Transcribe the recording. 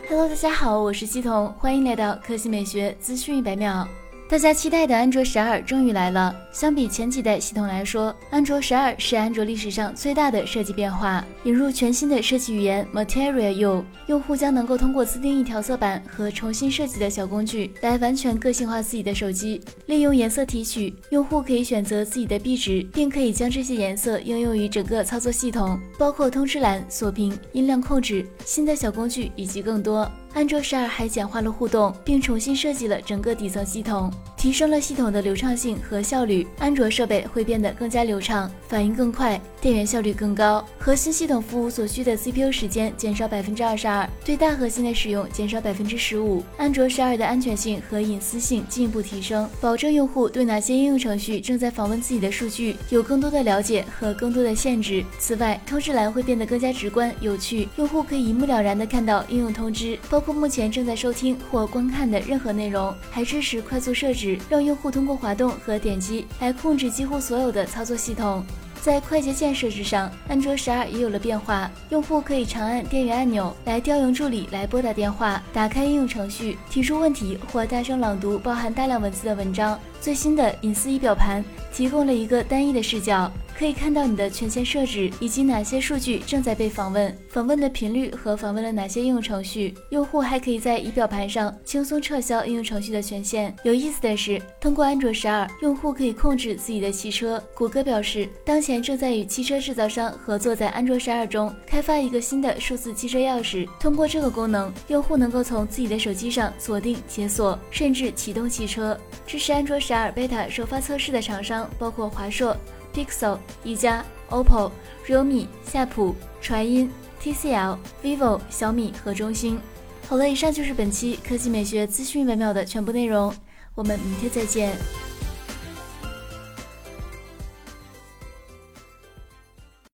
Hello， 大家好，我是系统，欢迎来到科技美学资讯100秒。大家期待的安卓12终于来了。相比前几代系统来说，安卓12是安卓历史上最大的设计变化，引入全新的设计语言 Material U， 用户将能够通过自定义调色板和重新设计的小工具来完全个性化自己的手机。利用颜色提取，用户可以选择自己的壁纸，并可以将这些颜色应用于整个操作系统，包括通知栏、锁屏、音量控制、新的小工具以及更多。安卓12还简化了互动，并重新设计了整个底层系统，提升了系统的流畅性和效率。安卓设备会变得更加流畅，反应更快，电源效率更高。核心系统服务所需的 CPU 时间减少 22%， 对大核心的使用减少 15%。安卓12的安全性和隐私性进一步提升，保证用户对哪些应用程序正在访问自己的数据有更多的了解和更多的限制。此外，通知栏会变得更加直观有趣，用户可以一目了然地看到应用通知，包括目前正在收听或观看的任何内容，还支持快速设置，让用户通过滑动和点击来控制几乎所有的操作系统。在快捷键设置上，安卓12也有了变化，用户可以长按电源按钮来调用助理来拨打电话、打开应用程序、提出问题或大声朗读包含大量文字的文章。最新的隐私仪表盘提供了一个单一的视角，可以看到你的权限设置以及哪些数据正在被访问、访问的频率和访问了哪些应用程序。用户还可以在仪表盘上轻松撤销应用程序的权限。有意思的是，通过安卓12，用户可以控制自己的汽车。谷歌表示，当前正在与汽车制造商合作，在安卓12中开发一个新的数字汽车钥匙。通过这个功能，用户能够从自己的手机上锁定、解锁，甚至启动汽车。支持安卓12 Beta 首发测试的厂商包括华硕、Pixel、一加、OPPO、realme、夏普、传音、TCL、vivo、小米和中兴。好了，以上就是本期科技美学资讯100秒的全部内容，我们明天再见。